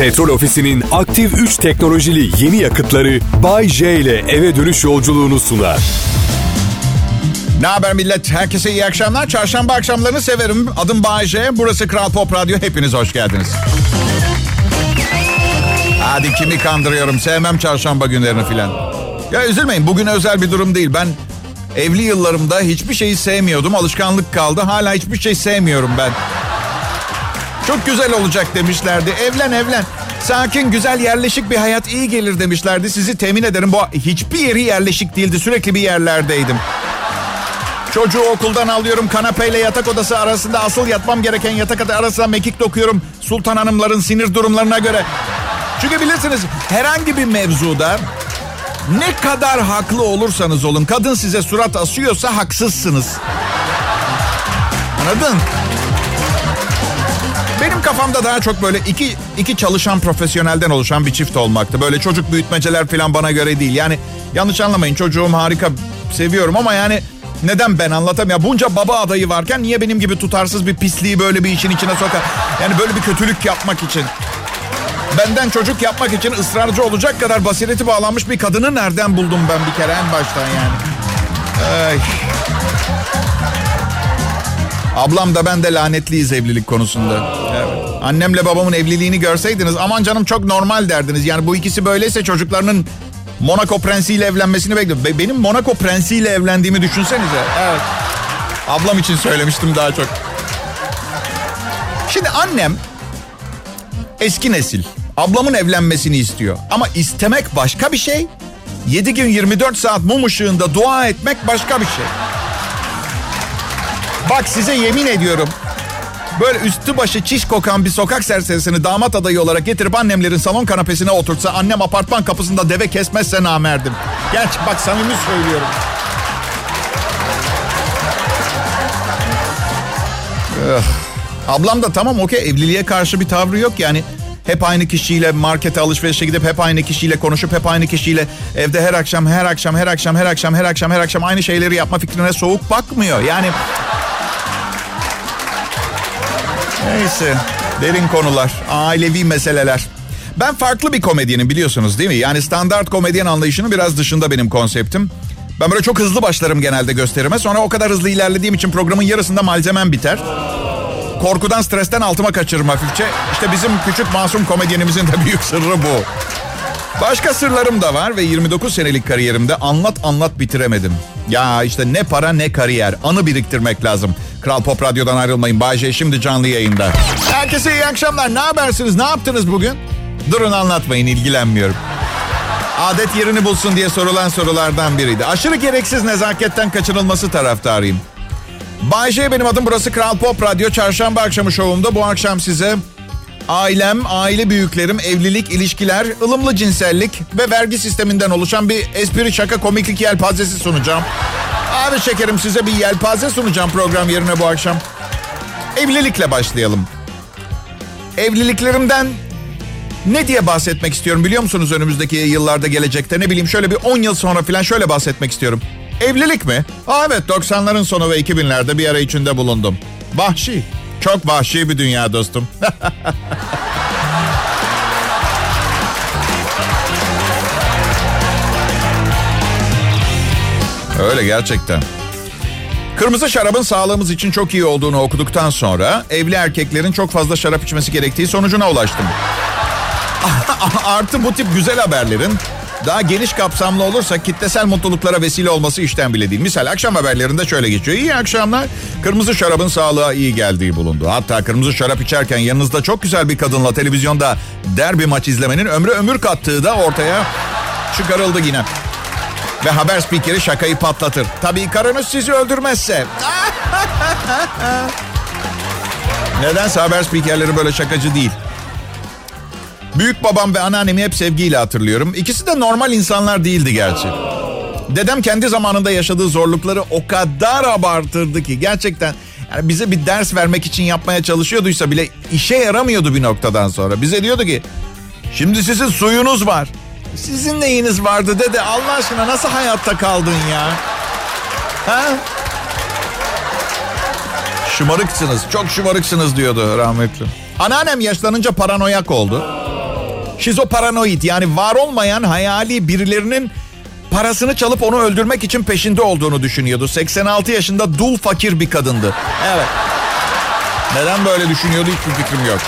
Petrol Ofisi'nin aktif 3 teknolojili yeni yakıtları Bay J ile eve dönüş yolculuğunu sunar. Ne haber millet? Herkese iyi akşamlar. Çarşamba akşamlarını severim. Adım Bay J. Burası Kral Pop Radyo. Hepiniz hoş geldiniz. Hadi kimi kandırıyorum? Sevmem çarşamba günlerini filan. Ya üzülmeyin, bugün özel bir durum değil. Ben evli yıllarımda hiçbir şeyi sevmiyordum. Alışkanlık kaldı. Hala hiçbir şey sevmiyorum ben. Çok güzel olacak demişlerdi. Evlen. Sakin, güzel, yerleşik bir hayat iyi gelir demişlerdi. Sizi temin ederim, bu hiçbir yeri yerleşik değildi. Sürekli bir yerlerdeydim. Çocuğu okuldan alıyorum, kanepeyle yatak odası arasında, asıl yatmam gereken yatak odası arasında mekik dokuyorum. Sultan hanımların sinir durumlarına göre. Çünkü bilirsiniz, herhangi bir mevzuda ne kadar haklı olursanız olun, kadın size surat asıyorsa haksızsınız. Anladın? Benim kafamda daha çok böyle iki çalışan profesyonelden oluşan bir çift olmaktı. Böyle çocuk büyütmeceler falan bana göre değil. Yani yanlış anlamayın, çocuğum harika, seviyorum ama yani neden ben anlatamıyorum. Bunca baba adayı varken niye benim gibi tutarsız bir pisliği böyle bir işin içine sokar? Yani böyle bir kötülük yapmak için, benden çocuk yapmak için ısrarcı olacak kadar basireti bağlanmış bir kadını nereden buldum ben bir kere en baştan yani. Ay. Ablam da ben de lanetliyiz evlilik konusunda. Evet. Annemle babamın evliliğini görseydiniz, aman canım çok normal derdiniz. Yani bu ikisi böyleyse çocuklarının Monaco prensiyle evlenmesini bekliyorum. Benim Monaco prensiyle evlendiğimi düşünsenize. Evet. Ablam için söylemiştim daha çok. Şimdi annem eski nesil. Ablamın evlenmesini istiyor. Ama istemek başka bir şey. 7 gün 24 saat mum ışığında dua etmek başka bir şey. Bak size yemin ediyorum, böyle üstü başı çiş kokan bir sokak serserisini damat adayı olarak getirip annemlerin salon kanapesine oturtsa, annem apartman kapısında deve kesmezse namerdim. Gerçi bak, samimi söylüyorum. Ablam da tamam, okey, evliliğe karşı bir tavrı yok yani. Hep aynı kişiyle markete, alışverişe gidip hep aynı kişiyle konuşup hep aynı kişiyle evde her akşam aynı şeyleri yapma fikrine soğuk bakmıyor. Yani neyse, derin konular, ailevi meseleler. Ben farklı bir komedyenim, biliyorsunuz değil mi? Yani standart komedyen anlayışının biraz dışında benim konseptim. Ben böyle çok hızlı başlarım genelde gösterime. Sonra o kadar hızlı ilerlediğim için programın yarısında malzemem biter. Korkudan, stresten altıma kaçırırım hafifçe. İşte bizim küçük masum komedyenimizin de büyük sırrı bu. Başka sırlarım da var ve 29 senelik kariyerimde anlat bitiremedim. Ya işte ne para ne kariyer. Anı biriktirmek lazım. Kral Pop Radyo'dan ayrılmayın. Bay J şimdi canlı yayında. Herkese iyi akşamlar. Ne habersiniz? Ne yaptınız bugün? Durun, anlatmayın, ilgilenmiyorum. Adet yerini bulsun diye sorulan sorulardan biriydi. Aşırı gereksiz nezaketten kaçınılması taraftarıyım. Bay J benim adım, burası Kral Pop Radyo. Çarşamba akşamı şovumda bu akşam size ailem, aile büyüklerim, evlilik, ilişkiler, ılımlı cinsellik ve vergi sisteminden oluşan bir espri, şaka, komiklik yelpazesi sunacağım. Abi şekerim, size bir yelpaze sunacağım program yerine bu akşam. Evlilikle başlayalım. Evliliklerimden ne diye bahsetmek istiyorum biliyor musunuz önümüzdeki yıllarda, gelecekte? Ne bileyim, şöyle bir 10 yıl sonra falan şöyle bahsetmek istiyorum. Evlilik mi? Evet, 90'ların sonu ve 2000'lerde bir ara içinde bulundum. Vahşi. Çok vahşi bir dünya dostum. Öyle gerçekten. Kırmızı şarabın sağlığımız için çok iyi olduğunu okuduktan sonra evli erkeklerin çok fazla şarap içmesi gerektiği sonucuna ulaştım. Artı bu tip güzel haberlerin daha geniş kapsamlı olursa kitlesel mutluluklara vesile olması işten bile değil. Misal akşam haberlerinde şöyle geçiyor. İyi akşamlar. Kırmızı şarabın sağlığa iyi geldiği bulundu. Hatta kırmızı şarap içerken yanınızda çok güzel bir kadınla televizyonda derbi maç izlemenin ömre ömür kattığı da ortaya çıkarıldı yine. Ve haber spikeri şakayı patlatır. Tabii karınız sizi öldürmezse. Nedense haber spikerleri böyle şakacı değil. Büyük babam ve anneannemi hep sevgiyle hatırlıyorum. İkisi de normal insanlar değildi gerçi. Dedem kendi zamanında yaşadığı zorlukları o kadar abartırdı ki gerçekten, yani bize bir ders vermek için yapmaya çalışıyorduysa bile işe yaramıyordu bir noktadan sonra. Bize diyordu ki, şimdi sizin suyunuz var. Sizin neyiniz vardı dede, Allah aşkına nasıl hayatta kaldın ya? Ha? Şımarıksınız, çok şımarıksınız diyordu rahmetli. Anneannem yaşlanınca paranoyak oldu. Şizoparanoid, yani var olmayan hayali birilerinin parasını çalıp onu öldürmek için peşinde olduğunu düşünüyordu. 86 yaşında dul fakir bir kadındı. Evet. Neden böyle düşünüyordu hiçbir fikrim yok.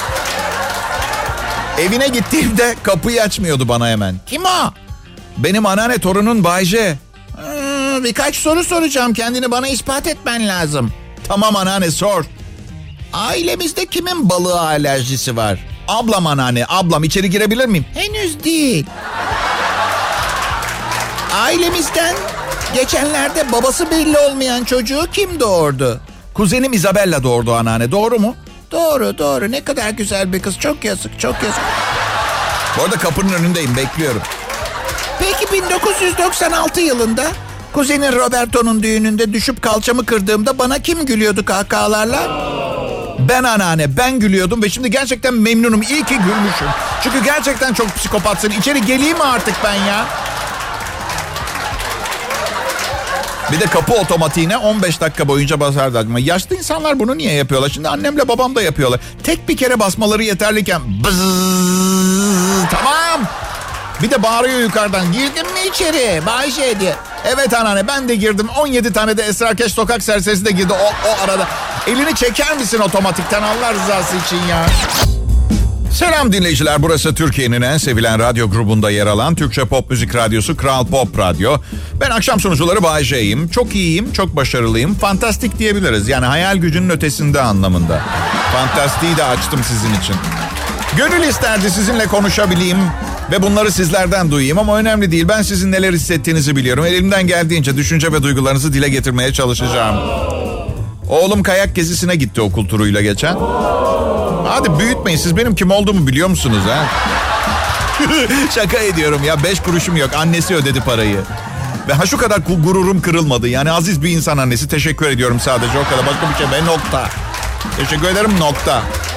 Evine gittiğimde kapıyı açmıyordu bana hemen. Kim o? Benim anneanne torunun Bay J. Birkaç soru soracağım, kendini bana ispat etmen lazım. Tamam anneanne, sor. Ailemizde kimin balığa alerjisi var? Ablam anneanne, ablam. İçeri girebilir miyim? Henüz değil. Ailemizden geçenlerde babası belli olmayan çocuğu kim doğurdu? Kuzenim Isabella doğurdu anneanne, doğru mu? Doğru. Ne kadar güzel bir kız. Çok yazık. Bu arada kapının önündeyim, bekliyorum. Peki 1996 yılında kuzenin Roberto'nun düğününde düşüp kalçamı kırdığımda bana kim gülüyordu kahkahalarla? Ben anneanne, ben gülüyordum ve şimdi gerçekten memnunum. İyi ki gülmüşüm. Çünkü gerçekten çok psikopatsın. İçeri geleyim mi artık ben ya? Bir de kapı otomatiğine 15 dakika boyunca basardı aklıma. Yaşlı insanlar bunu niye yapıyorlar? Şimdi annemle babam da yapıyorlar. Tek bir kere basmaları yeterliyken bzzz, tamam. Bir de bağırıyor yukarıdan. Girdin mi içeri Bay J diye. Evet anneanne, ben de girdim. 17 tane de esrarkeş sokak serserisi de girdi o arada. Elini çeker misin otomatikten Allah rızası için ya? Selam dinleyiciler, burası Türkiye'nin en sevilen radyo grubunda yer alan Türkçe pop müzik radyosu Kral Pop Radyo. Ben akşam sunucuları Bay J'yim. Çok iyiyim, çok başarılıyım. Fantastik diyebiliriz. Yani hayal gücünün ötesinde anlamında. Fantastiği de açtım sizin için. Gönül isterdi sizinle konuşabileyim ve bunları sizlerden duyayım ama önemli değil. Ben sizin neler hissettiğinizi biliyorum. Elimden geldiğince düşünce ve duygularınızı dile getirmeye çalışacağım. Oğlum kayak gezisine gitti okul turuyla geçen. Hadi büyütmeyin, siz benim kim olduğumu biliyor musunuz ha? Şaka ediyorum ya, 5 kuruşum yok, annesi ödedi parayı. Ve şu kadar gururum kırılmadı. Yani aziz bir insan annesi, teşekkür ediyorum sadece, o kadar, başka bir şey ve nokta. Teşekkür ederim, nokta.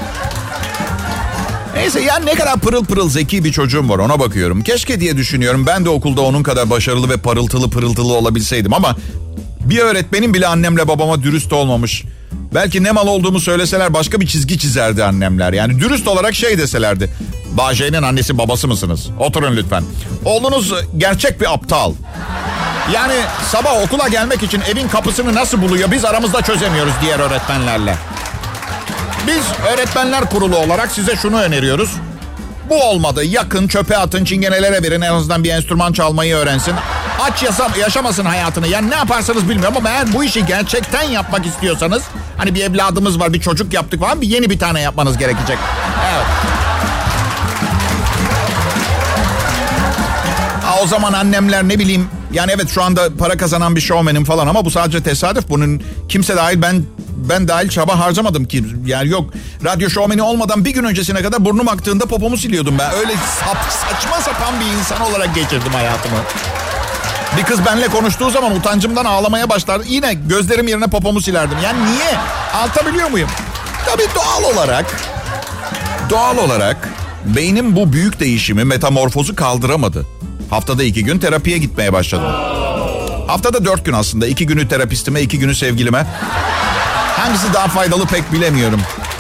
Neyse, yani ne kadar pırıl pırıl zeki bir çocuğum var, ona bakıyorum. Keşke diye düşünüyorum, ben de okulda onun kadar başarılı ve parıltılı pırıltılı olabilseydim ama bir öğretmenim bile annemle babama dürüst olmamış. Belki ne mal olduğumu söyleseler başka bir çizgi çizerdi annemler. Yani dürüst olarak şey deselerdi. Bay J'nin annesi babası mısınız? Oturun lütfen. Oğlunuz gerçek bir aptal. Yani sabah okula gelmek için evin kapısını nasıl buluyor biz aramızda çözemiyoruz diğer öğretmenlerle. Biz öğretmenler kurulu olarak size şunu öneriyoruz. Bu olmadı. Yakın, çöpe atın, çingenelere verin, en azından bir enstrüman çalmayı öğrensin. Aç yaşamasın hayatını. Yani ne yaparsanız bilmiyorum ama eğer bu işi gerçekten yapmak istiyorsanız, hani bir evladımız var, bir çocuk yaptık falan, yeni bir tane yapmanız gerekecek. Evet. O zaman annemler ne bileyim, yani evet şu anda para kazanan bir şovmenim falan ama bu sadece tesadüf. Bunun kimse dahil ben dahil çaba harcamadım ki. Yani yok, radyo şovmeni olmadan bir gün öncesine kadar burnum aktığında popomu siliyordum ben. Öyle saçma sapan bir insan olarak geçirdim hayatımı. Bir kız benimle konuştuğu zaman utancımdan ağlamaya başlardı. Yine gözlerim yerine popomu silerdim. Yani niye? Anlatabiliyor muyum? Tabii doğal olarak beynim bu büyük değişimi, metamorfozu kaldıramadı. Haftada 2 gün terapiye gitmeye başladım. Haftada 4 gün aslında. 2 günü terapistime, 2 günü sevgilime. Hangisi daha faydalı pek bilemiyorum.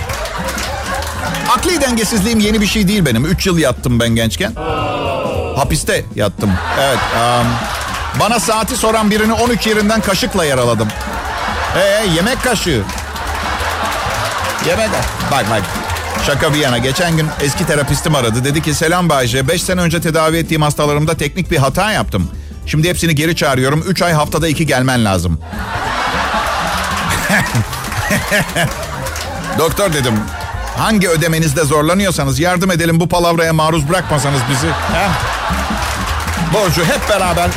Akli dengesizliğim yeni bir şey değil benim. 3 yıl yattım ben gençken. Hapiste yattım. Evet. Bana saati soran birini 13 yerinden kaşıkla yaraladım. Yemek kaşığı. Bak. Şaka bir yana. Geçen gün eski terapistim aradı. Dedi ki selam Bay J. 5 sene önce tedavi ettiğim hastalarımda teknik bir hata yaptım. Şimdi hepsini geri çağırıyorum. 3 ay haftada 2 gelmen lazım. Doktor dedim. Hangi ödemenizde zorlanıyorsanız yardım edelim, bu palavraya maruz bırakmasanız bizi. Borcu hep beraber.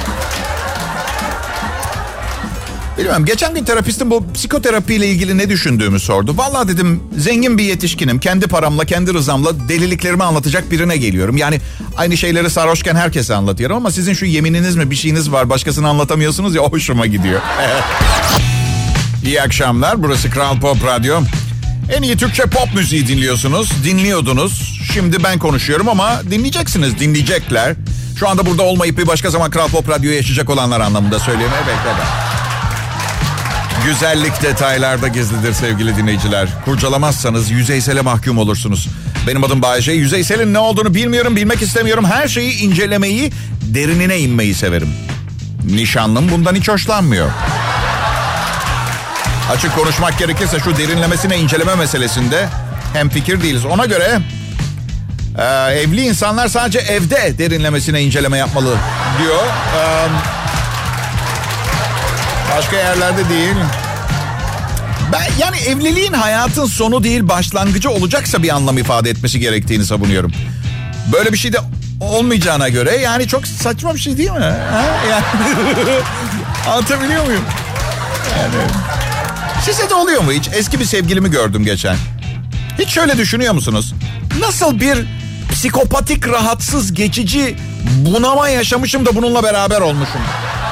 Bilmiyorum, geçen gün terapistim bu psikoterapiyle ilgili ne düşündüğümü sordu. Vallahi dedim, zengin bir yetişkinim. Kendi paramla, kendi rızamla deliliklerimi anlatacak birine geliyorum. Yani aynı şeyleri sarhoşken herkese anlatıyorum ama sizin şu yemininiz mi, bir şeyiniz var, başkasına anlatamıyorsunuz ya, o hoşuma gidiyor. İyi akşamlar, burası Kral Pop Radyo. En iyi Türkçe pop müziği dinliyordunuz. Şimdi ben konuşuyorum ama dinleyecekler. Şu anda burada olmayıp bir başka zaman Kral Pop Radyo'yu yaşayacak olanlar anlamında söylüyorum. Evet. Güzellik detaylarda gizlidir sevgili dinleyiciler. Kurcalamazsanız yüzeysele mahkum olursunuz. Benim adım Bayece. Yüzeyselin ne olduğunu bilmiyorum, bilmek istemiyorum. Her şeyi incelemeyi, derinine inmeyi severim. Nişanlım bundan hiç hoşlanmıyor. Açık konuşmak gerekirse şu derinlemesine inceleme meselesinde hemfikir değiliz. Ona göre evli insanlar sadece evde derinlemesine inceleme yapmalı diyor. Başka yerlerde değil. Yani evliliğin hayatın sonu değil başlangıcı olacaksa bir anlam ifade etmesi gerektiğini savunuyorum. Böyle bir şey de olmayacağına göre yani çok saçma bir şey değil mi? Ha? Yani, anlatabiliyor muyum? Yani, size de oluyor mu hiç? Eski bir sevgilimi gördüm geçen. Hiç şöyle düşünüyor musunuz? Nasıl bir psikopatik, rahatsız, geçici bunama yaşamışım da bununla beraber olmuşum.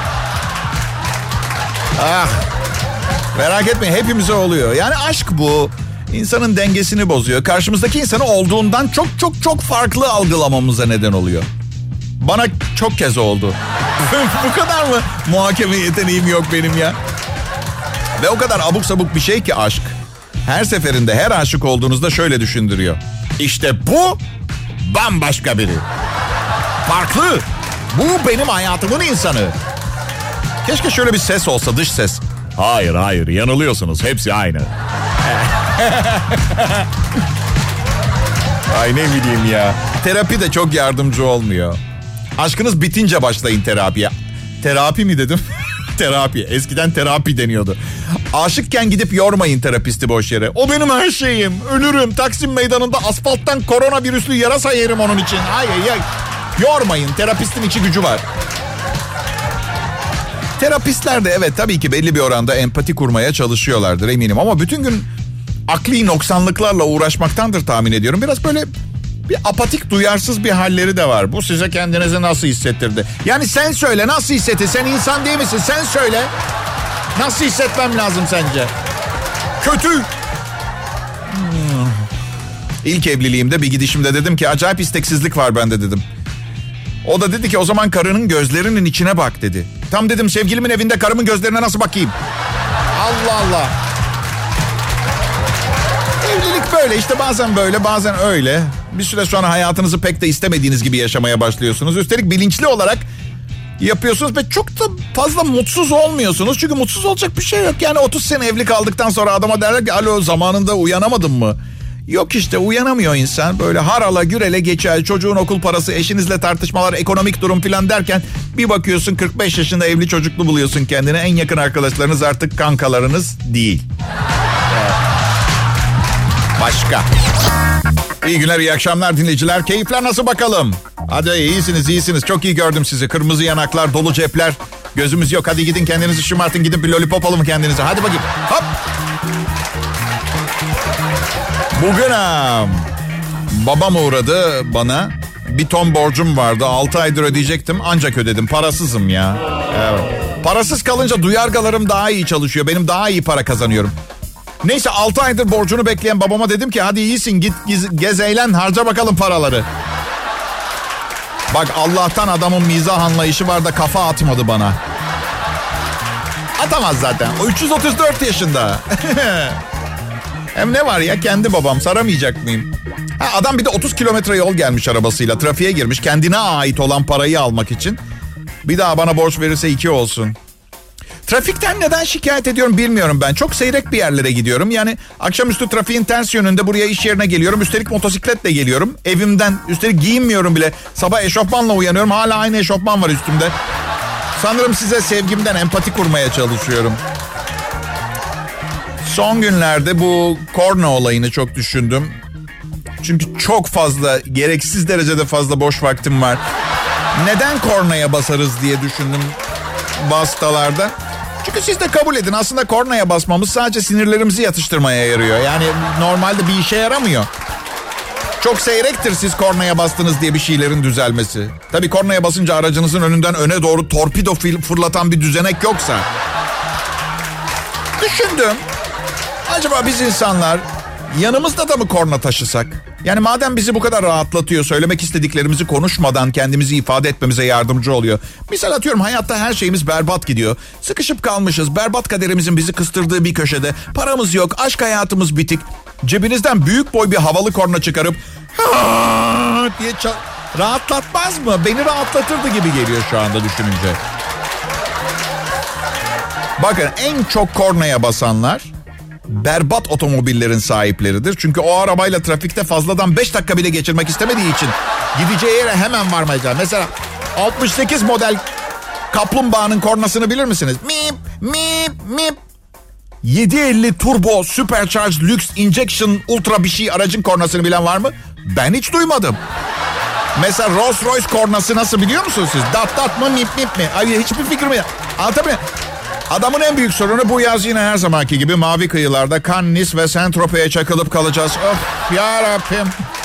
Ah, merak etmeyin, hepimize oluyor. Yani aşk bu. İnsanın dengesini bozuyor. Karşımızdaki insanı olduğundan çok farklı algılamamıza neden oluyor. Bana çok kez oldu. Bu kadar mı muhakeme yeteneğim yok benim ya? Ve o kadar abuk sabuk bir şey ki aşk. Her seferinde, her aşık olduğunuzda şöyle düşündürüyor. İşte bu bambaşka biri. Farklı. Bu benim hayatımın insanı. Keşke şöyle bir ses olsa, dış ses. Hayır, yanılıyorsunuz. Hepsi aynı. Ay ne bileyim ya. Terapi de çok yardımcı olmuyor. Aşkınız bitince başlayın terapiye. Terapi mi dedim? Terapi. Eskiden terapi deniyordu. Aşıkken gidip yormayın terapisti boş yere. O benim her şeyim. Ölürüm. Taksim meydanında asfalttan koronavirüslü yarasa yerim onun için. Ay. Yormayın. Terapistin içi gücü var. Terapistler de evet tabii ki belli bir oranda empati kurmaya çalışıyorlardır eminim. Ama bütün gün akli noksanlıklarla uğraşmaktandır tahmin ediyorum. Biraz böyle bir apatik, duyarsız bir halleri de var. Bu size kendinizi nasıl hissettirdi? Yani sen söyle, nasıl hissetti? Sen insan değil misin? Sen söyle. Nasıl hissetmem lazım sence? Kötü. İlk evliliğimde bir gidişimde dedim ki acayip isteksizlik var bende dedim. O da dedi ki o zaman karının gözlerinin içine bak dedi. Tam dedim sevgilimin evinde karımın gözlerine nasıl bakayım? Allah Allah. Evlilik böyle işte, bazen böyle bazen öyle. Bir süre sonra hayatınızı pek de istemediğiniz gibi yaşamaya başlıyorsunuz. Üstelik bilinçli olarak yapıyorsunuz ve çok da fazla mutsuz olmuyorsunuz. Çünkü mutsuz olacak bir şey yok. Yani 30 sene evli kaldıktan sonra adama derler ki alo zamanında uyanamadın mı? Yok işte, uyanamıyor insan. Böyle harala gürele geçer. Çocuğun okul parası, eşinizle tartışmalar, ekonomik durum filan derken bir bakıyorsun 45 yaşında evli çocuklu buluyorsun kendini. En yakın arkadaşlarınız artık kankalarınız değil. Başka. İyi günler, iyi akşamlar dinleyiciler. Keyifler nasıl bakalım? Hadi iyisiniz. Çok iyi gördüm sizi. Kırmızı yanaklar, dolu cepler. Gözümüz yok. Hadi gidin kendinizi şımartın. Gidin bir lollipop alın kendinize. Hadi bakayım. Hop. Bugün babam uğradı bana. Bir ton borcum vardı. 6 aydır ödeyecektim. Ancak ödedim. Parasızım ya. Evet. Parasız kalınca duyargalarım daha iyi çalışıyor. Benim daha iyi para kazanıyorum. Neyse 6 aydır borcunu bekleyen babama dedim ki hadi iyisin git gez eğlen harca bakalım paraları. Bak Allah'tan adamın mizah anlayışı var da kafa atmadı bana. Atamaz zaten. O 334 yaşında. Hem ne var ya, kendi babam, saramayacak mıyım? Adam bir de 30 kilometre yol gelmiş arabasıyla. Trafiğe girmiş kendine ait olan parayı almak için. Bir daha bana borç verirse 2 olsun. Trafikten neden şikayet ediyorum bilmiyorum ben. Çok seyrek bir yerlere gidiyorum. Yani akşamüstü trafiğin ters yönünde buraya iş yerine geliyorum. Üstelik motosikletle geliyorum. Evimden. Üstelik giyinmiyorum bile. Sabah eşofmanla uyanıyorum. Hala aynı eşofman var üstümde. Sanırım size sevgimden empati kurmaya çalışıyorum. Son günlerde bu korna olayını çok düşündüm. Çünkü çok fazla, gereksiz derecede fazla boş vaktim var. Neden kornaya basarız diye düşündüm bastalarda. Çünkü siz de kabul edin, aslında kornaya basmamız sadece sinirlerimizi yatıştırmaya yarıyor. Yani normalde bir işe yaramıyor. Çok seyrektir siz kornaya bastınız diye bir şeylerin düzelmesi. Tabii kornaya basınca aracınızın önünden öne doğru torpido fırlatan bir düzenek yoksa. Düşündüm. Acaba biz insanlar yanımızda da mı korna taşısak? Yani madem bizi bu kadar rahatlatıyor, söylemek istediklerimizi konuşmadan kendimizi ifade etmemize yardımcı oluyor. Misal atıyorum, hayatta her şeyimiz berbat gidiyor. Sıkışıp kalmışız, berbat kaderimizin bizi kıstırdığı bir köşede. Paramız yok, aşk hayatımız bitik. Cebinizden büyük boy bir havalı korna çıkarıp diye rahatlatmaz mı? Beni rahatlatırdı gibi geliyor şu anda düşününce. Bakın, en çok kornaya basanlar berbat otomobillerin sahipleridir. Çünkü o arabayla trafikte fazladan 5 dakika bile geçirmek istemediği için gideceği yere hemen varmayacak. Mesela 68 model kaplumbağanın kornasını bilir misiniz? Mip mip mip. 750 turbo supercharged lüks injection ultra bir şey aracın kornasını bilen var mı? Ben hiç duymadım. Mesela Rolls Royce kornası nasıl biliyor musunuz siz? Dat dat mı, mip mip mi? Ay, hiçbir fikrim yok. Anlatabiliyor muyum? Adamın en büyük sorunu, bu yaz yine her zamanki gibi mavi kıyılarda Cannes ve Saint-Tropez'e çakılıp kalacağız. Of yarabbim.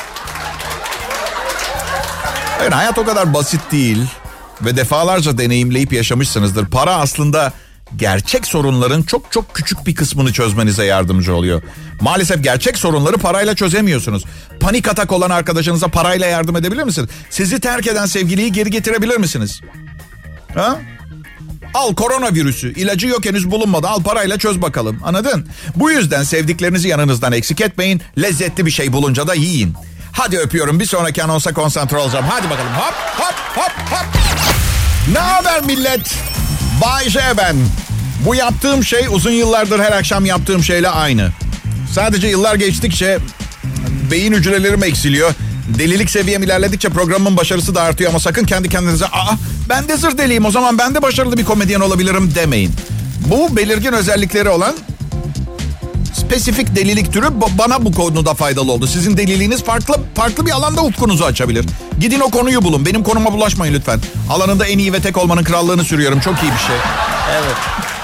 Hayır, hayat o kadar basit değil ve defalarca deneyimleyip yaşamışsınızdır. Para aslında gerçek sorunların çok çok küçük bir kısmını çözmenize yardımcı oluyor. Maalesef gerçek sorunları parayla çözemiyorsunuz. Panik atak olan arkadaşınıza parayla yardım edebilir misiniz? Sizi terk eden sevgiliyi geri getirebilir misiniz? Ha? Al koronavirüsü, ilacı yok henüz bulunmadı, al parayla çöz bakalım, anladın? Bu yüzden sevdiklerinizi yanınızdan eksik etmeyin, lezzetli bir şey bulunca da yiyin. Hadi öpüyorum, bir sonraki anonsa konsantre olacağım, hadi bakalım, hop hop hop hop. Ne haber millet? Bay J ben. Bu yaptığım şey uzun yıllardır her akşam yaptığım şeyle aynı. Sadece yıllar geçtikçe beyin hücrelerim eksiliyor. Delilik seviyem ilerledikçe programın başarısı da artıyor ama sakın kendi kendinize ben de zır deliyim, o zaman ben de başarılı bir komedyen olabilirim demeyin. Bu belirgin özellikleri olan spesifik delilik türü bana bu konuda faydalı oldu. Sizin deliliğiniz farklı bir alanda ufkunuzu açabilir. Gidin o konuyu bulun. Benim konuma bulaşmayın lütfen. Alanında en iyi ve tek olmanın krallığını sürüyorum. Çok iyi bir şey. Evet.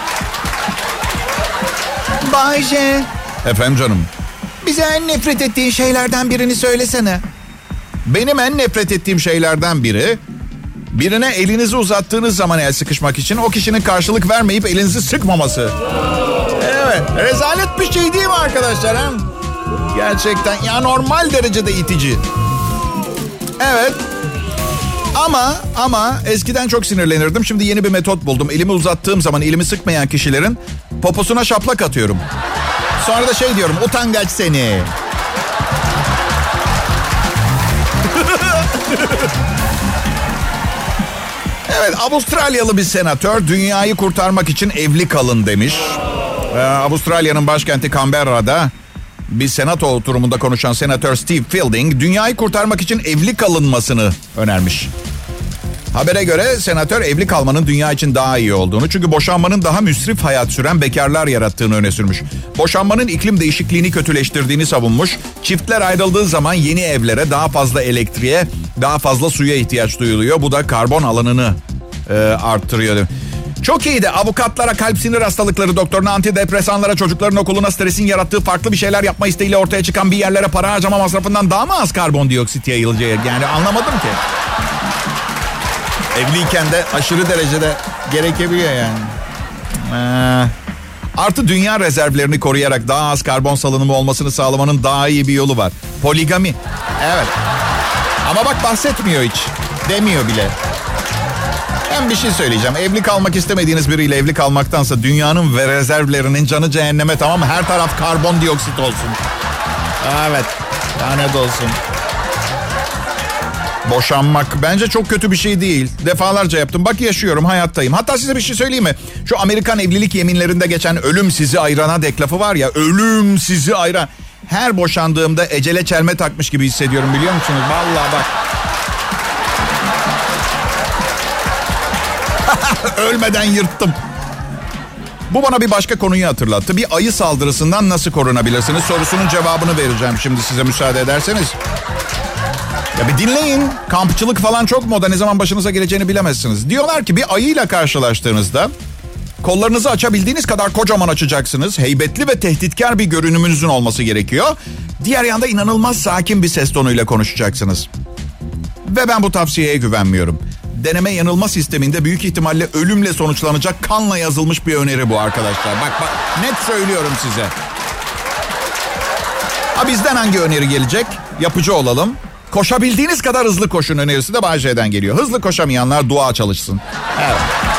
Bay J. Efendim canım. Bize en nefret ettiğin şeylerden birini söylesene. Benim en nefret ettiğim şeylerden biri, birine elinizi uzattığınız zaman el sıkışmak için o kişinin karşılık vermeyip elinizi sıkmaması. Evet, rezalet bir şey değil mi arkadaşlar? He? Gerçekten ya, normal derecede itici. Evet. Ama eskiden çok sinirlenirdim. Şimdi yeni bir metot buldum. Elimi uzattığım zaman elimi sıkmayan kişilerin poposuna şaplak atıyorum. Sonra da şey diyorum, utangaç seni. Evet, Avustralyalı bir senatör dünyayı kurtarmak için evli kalın demiş. Avustralya'nın başkenti Canberra'da bir senato oturumunda konuşan senatör Steve Fielding dünyayı kurtarmak için evli kalınmasını önermiş. Habere göre senatör evli kalmanın dünya için daha iyi olduğunu, çünkü boşanmanın daha müsrif hayat süren bekarlar yarattığını öne sürmüş. Boşanmanın iklim değişikliğini kötüleştirdiğini savunmuş. Çiftler ayrıldığı zaman yeni evlere daha fazla elektriğe, daha fazla suya ihtiyaç duyuluyor. Bu da karbon alanını arttırıyor. Çok iyiydi. Avukatlara, kalp sinir hastalıkları doktoruna, antidepresanlara, çocukların okuluna stresin yarattığı farklı bir şeyler yapma isteğiyle ortaya çıkan bir yerlere para harcama masrafından daha mı az karbondioksit yayılacak? Yani anlamadım ki. Evliyken de aşırı derecede gerekebiliyor yani. Artı dünya rezervlerini koruyarak daha az karbon salınımı olmasını sağlamanın daha iyi bir yolu var. Poligami. Evet. Ama bak, bahsetmiyor hiç. Demiyor bile. Ben bir şey söyleyeceğim. Evli kalmak istemediğiniz biriyle evli kalmaktansa dünyanın ve rezervlerinin canı cehenneme, tamam mı? Her taraf karbondioksit olsun. Evet. Lanet olsun. Boşanmak bence çok kötü bir şey değil. Defalarca yaptım. Bak, yaşıyorum, hayattayım. Hatta size bir şey söyleyeyim mi? Şu Amerikan evlilik yeminlerinde geçen ölüm sizi ayırana deklafı var ya. Ölüm sizi ayıran. Her boşandığımda ecele çelme takmış gibi hissediyorum, biliyor musunuz? Vallahi bak. Ölmeden yırttım. Bu bana bir başka konuyu hatırlattı. Bir ayı saldırısından nasıl korunabilirsiniz sorusunun cevabını vereceğim şimdi, size müsaade ederseniz. Ya bir dinleyin. Kampçılık falan çok moda. Ne zaman başınıza geleceğini bilemezsiniz. Diyorlar ki bir ayıyla karşılaştığınızda kollarınızı açabildiğiniz kadar kocaman açacaksınız. Heybetli ve tehditkar bir görünümünüzün olması gerekiyor. Diğer yanda inanılmaz sakin bir ses tonuyla konuşacaksınız. Ve ben bu tavsiyeye güvenmiyorum. Deneme yanılma sisteminde büyük ihtimalle ölümle sonuçlanacak kanla yazılmış bir öneri bu arkadaşlar. Bak net söylüyorum size. Ha, bizden hangi öneri gelecek? yapıcı olalım. Koşabildiğiniz kadar hızlı koşun önerisi de Bay J'den geliyor. Hızlı koşamayanlar dua çalışsın. Evet.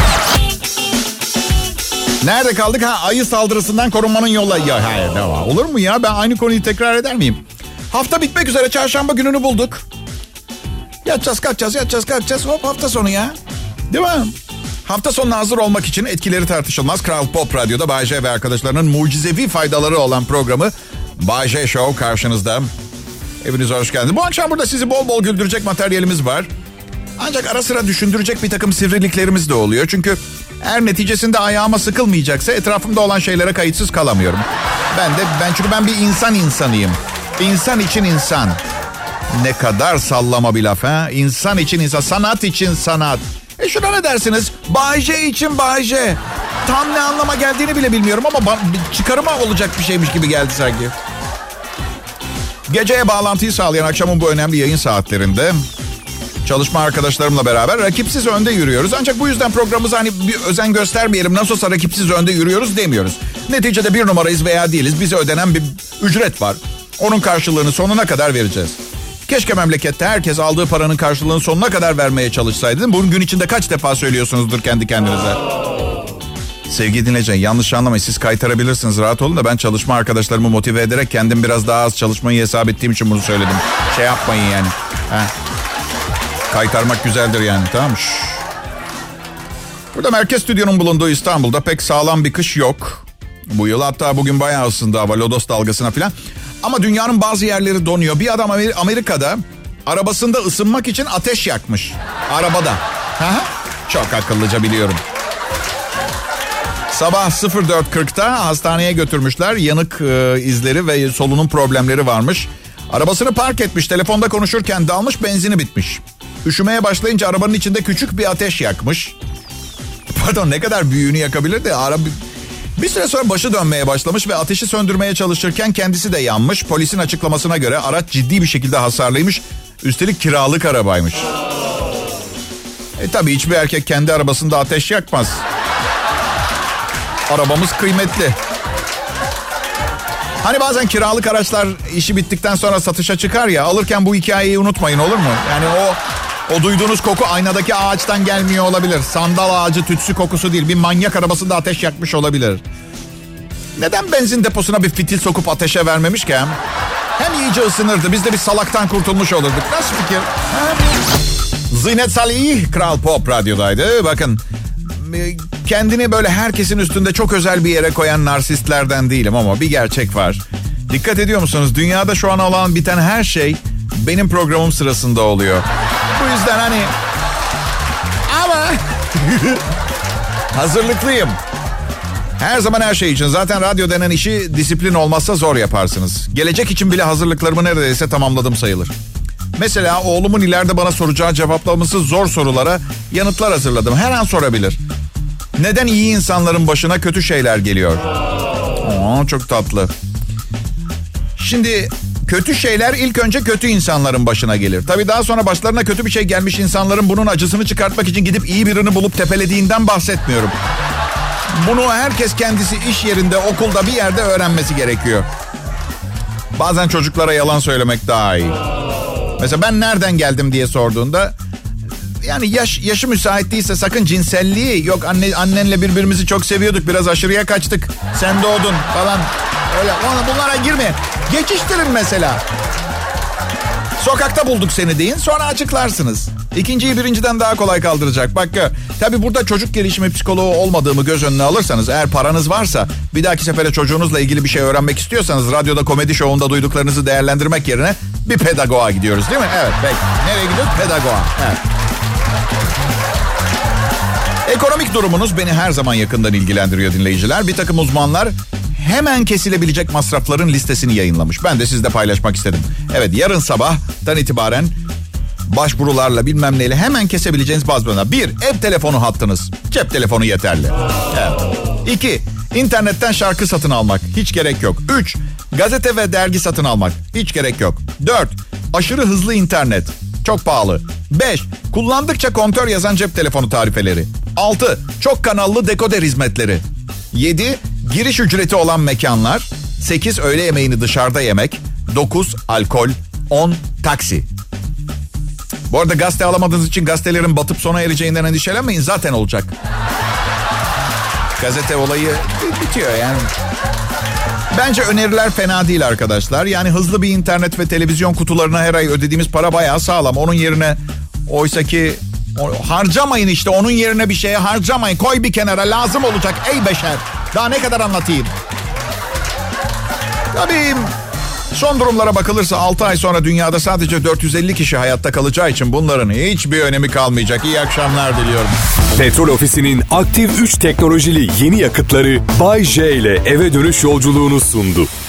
Nerede kaldık? Ayı saldırısından korunmanın yolu. Ya hayır, ne var? Olur mu ya? Ben aynı konuyu tekrar eder miyim? Hafta bitmek üzere, çarşamba gününü bulduk. Yatacağız, kalkacağız. Hop, hafta sonu ya. Değil mi? Hafta sonuna hazır olmak için etkileri tartışılmaz. Kral Pop Radyo'da Bay J ve arkadaşlarının mucizevi faydaları olan programı Bay J Show karşınızda. Hepiniz hoş geldiniz. Bu akşam burada sizi bol bol güldürecek materyalimiz var. Ancak ara sıra düşündürecek bir takım sivriliklerimiz de oluyor. Çünkü eğer neticesinde ayağıma sıkılmayacaksa etrafımda olan şeylere kayıtsız kalamıyorum. Çünkü ben bir insanıyım. İnsan için insan. Ne kadar sallama bir laf ha. İnsan için insan, sanat için sanat. Şuna ne dersiniz? Bay J için Bay J. Tam ne anlama geldiğini bile bilmiyorum ama çıkarıma olacak bir şeymiş gibi geldi sanki. Geceye bağlantıyı sağlayan akşamın bu önemli yayın saatlerinde çalışma arkadaşlarımla beraber rakipsiz önde yürüyoruz. Ancak bu yüzden programımıza hani bir özen göstermeyelim, nasıl olsa rakipsiz önde yürüyoruz demiyoruz. Neticede bir numarayız veya değiliz. Bize ödenen bir ücret var. Onun karşılığını sonuna kadar vereceğiz. Keşke memlekette herkes aldığı paranın karşılığını sonuna kadar vermeye çalışsaydı. Bunu gün içinde kaç defa söylüyorsunuzdur kendi kendinize. Sevgili dinleyiciler, yanlış anlamayın, siz kaytarabilirsiniz, rahat olun da ben çalışma arkadaşlarımı motive ederek kendim biraz daha az çalışmayı hesap ettiğim için bunu söyledim. Şey yapmayın yani. Kaytarmak güzeldir yani, tamam mı? Burada merkez stüdyonun bulunduğu İstanbul'da pek sağlam bir kış yok bu yıl. Hatta bugün bayağı ısındı hava, lodos dalgasına falan. Ama dünyanın bazı yerleri donuyor. Bir adam Amerika'da arabasında ısınmak için ateş yakmış. Arabada. Çok akıllıca, biliyorum. Sabah 04.40'da hastaneye götürmüşler. Yanık izleri ve solunum problemleri varmış. Arabasını park etmiş. Telefonda konuşurken dalmış, benzini bitmiş. Üşümeye başlayınca arabanın içinde küçük bir ateş yakmış. Pardon, ne kadar büyüğünü yakabilir de bir süre sonra başı dönmeye başlamış ve ateşi söndürmeye çalışırken kendisi de yanmış. Polisin açıklamasına göre araç ciddi bir şekilde hasarlıymış. Üstelik kiralık arabaymış. Tabii hiçbir erkek kendi arabasında ateş yakmaz. Arabamız kıymetli. Hani bazen kiralık araçlar işi bittikten sonra satışa çıkar ya, alırken bu hikayeyi unutmayın, olur mu? Yani o duyduğunuz koku aynadaki ağaçtan gelmiyor olabilir. Sandal ağacı tütsü kokusu değil. Bir manyak arabasında ateş yakmış olabilir. Neden benzin deposuna bir fitil sokup ateşe vermemiş ki? Hem iyice ısınırdı, biz de bir salaktan kurtulmuş olurduk. Nasıl fikir? Zinet Salih Kral Pop Radyo'daydı. Bakın, kendini böyle herkesin üstünde çok özel bir yere koyan narsistlerden değilim ama bir gerçek var. Dikkat ediyor musunuz? Dünyada şu an olan biten her şey benim programım sırasında oluyor. Bu yüzden ama hazırlıklıyım. Her zaman her şey için. Zaten radyo denen işi disiplin olmazsa zor yaparsınız. Gelecek için bile hazırlıklarımı neredeyse tamamladım sayılır. Mesela oğlumun ileride bana soracağı cevaplaması zor sorulara yanıtlar hazırladım. Her an sorabilir. Neden iyi insanların başına kötü şeyler geliyor? Çok tatlı. Şimdi kötü şeyler ilk önce kötü insanların başına gelir. Tabii daha sonra başlarına kötü bir şey gelmiş insanların bunun acısını çıkartmak için gidip iyi birini bulup tepelediğinden bahsetmiyorum. Bunu herkes kendisi iş yerinde, okulda, bir yerde öğrenmesi gerekiyor. Bazen çocuklara yalan söylemek daha iyi. Mesela ben nereden geldim diye sorduğunda, yani yaşı müsait değilse sakın cinselliği, yok annenle birbirimizi çok seviyorduk, biraz aşırıya kaçtık, sen doğdun falan, öyle bunlara girme. Geçiştirin mesela. Sokakta bulduk seni deyin, sonra açıklarsınız. İkinciyi birinciden daha kolay kaldıracak. Bak tabii burada çocuk gelişimi psikoloğu olmadığımı göz önüne alırsanız, eğer paranız varsa, bir dahaki sefere çocuğunuzla ilgili bir şey öğrenmek istiyorsanız, radyoda komedi şovunda duyduklarınızı değerlendirmek yerine bir pedagoğa gidiyoruz değil mi? Evet, peki. Nereye gidiyoruz? Pedagoğa. Evet. Ekonomik durumunuz beni her zaman yakından ilgilendiriyor dinleyiciler. Bir takım uzmanlar hemen kesilebilecek masrafların listesini yayınlamış. Ben de sizle paylaşmak istedim. Evet, yarın sabahtan itibaren başvurularla bilmem neyle hemen kesebileceğiniz bazı bölümler. 1. Ev telefonu hattınız. Cep telefonu yeterli. Evet. 2. İnternetten şarkı satın almak. Hiç gerek yok. 3. Gazete ve dergi satın almak. Hiç gerek yok. 4. Aşırı hızlı internet. Çok pahalı. 5. Kullandıkça kontör yazan cep telefonu tarifeleri. 6. Çok kanallı dekoder hizmetleri. 7. Giriş ücreti olan mekanlar. 8. Öğle yemeğini dışarıda yemek. 9. Alkol. 10 taksi. Bu arada gazete alamadığınız için gazetelerin batıp sona ereceğinden endişelenmeyin. Zaten olacak. Gazete olayı bitiyor yani. Bence öneriler fena değil arkadaşlar. Yani hızlı bir internet ve televizyon kutularına her ay ödediğimiz para bayağı sağlam. Onun yerine oysaki harcamayın işte. Onun yerine bir şeye harcamayın. Koy bir kenara, lazım olacak ey beşer. Daha ne kadar anlatayım? Tabii son durumlara bakılırsa 6 ay sonra dünyada sadece 450 kişi hayatta kalacağı için bunların hiçbir önemi kalmayacak. İyi akşamlar diliyorum. Petrol Ofisi'nin aktif 3 teknolojili yeni yakıtları Bay J ile eve dönüş yolculuğunu sundu.